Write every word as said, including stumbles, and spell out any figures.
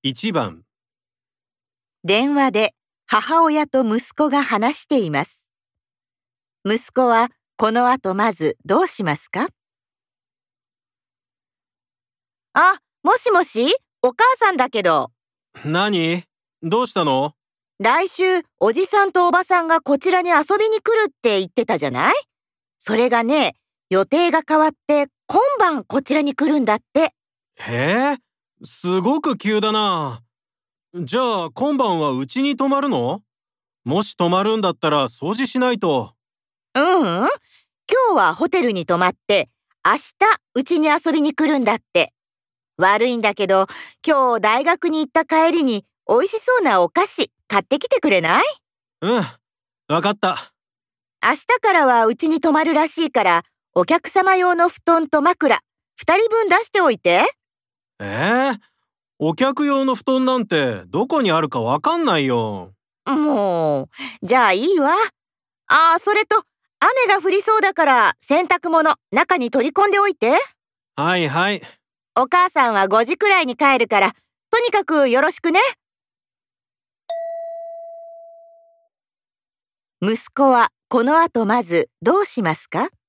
いちばん、 電話で母親と息子が話しています。息子はこの後まずどうしますか？あ、もしもし、お母さんだけど、 何？どうしたの？ 来週おじさんとおばさんがこちらに遊びに来るって言ってたじゃない？それがね、予定が変わって今晩こちらに来るんだって。 へえ、すごく急だな。じゃあ今晩はうちに泊まるの？もし泊まるんだったら掃除しないと。 ううん、今日はホテルに泊まって、明日うちに遊びに来るんだって。悪いんだけど、今日大学に行った帰りに美味しそうなお菓子買ってきてくれない？ うん、わかった。 明日からはうちに泊まるらしいから、お客様用の布団と枕、二人分出しておいて。 ええ、お客用の布団なんてどこにあるかわかんないよ。 もう、じゃあいいわ。ああ、それと、雨が降りそうだから洗濯物中に取り込んでおいて。 はいはい。 お母さんはごじくらいに帰るから、とにかくよろしくね。息子はこの後まずどうしますか？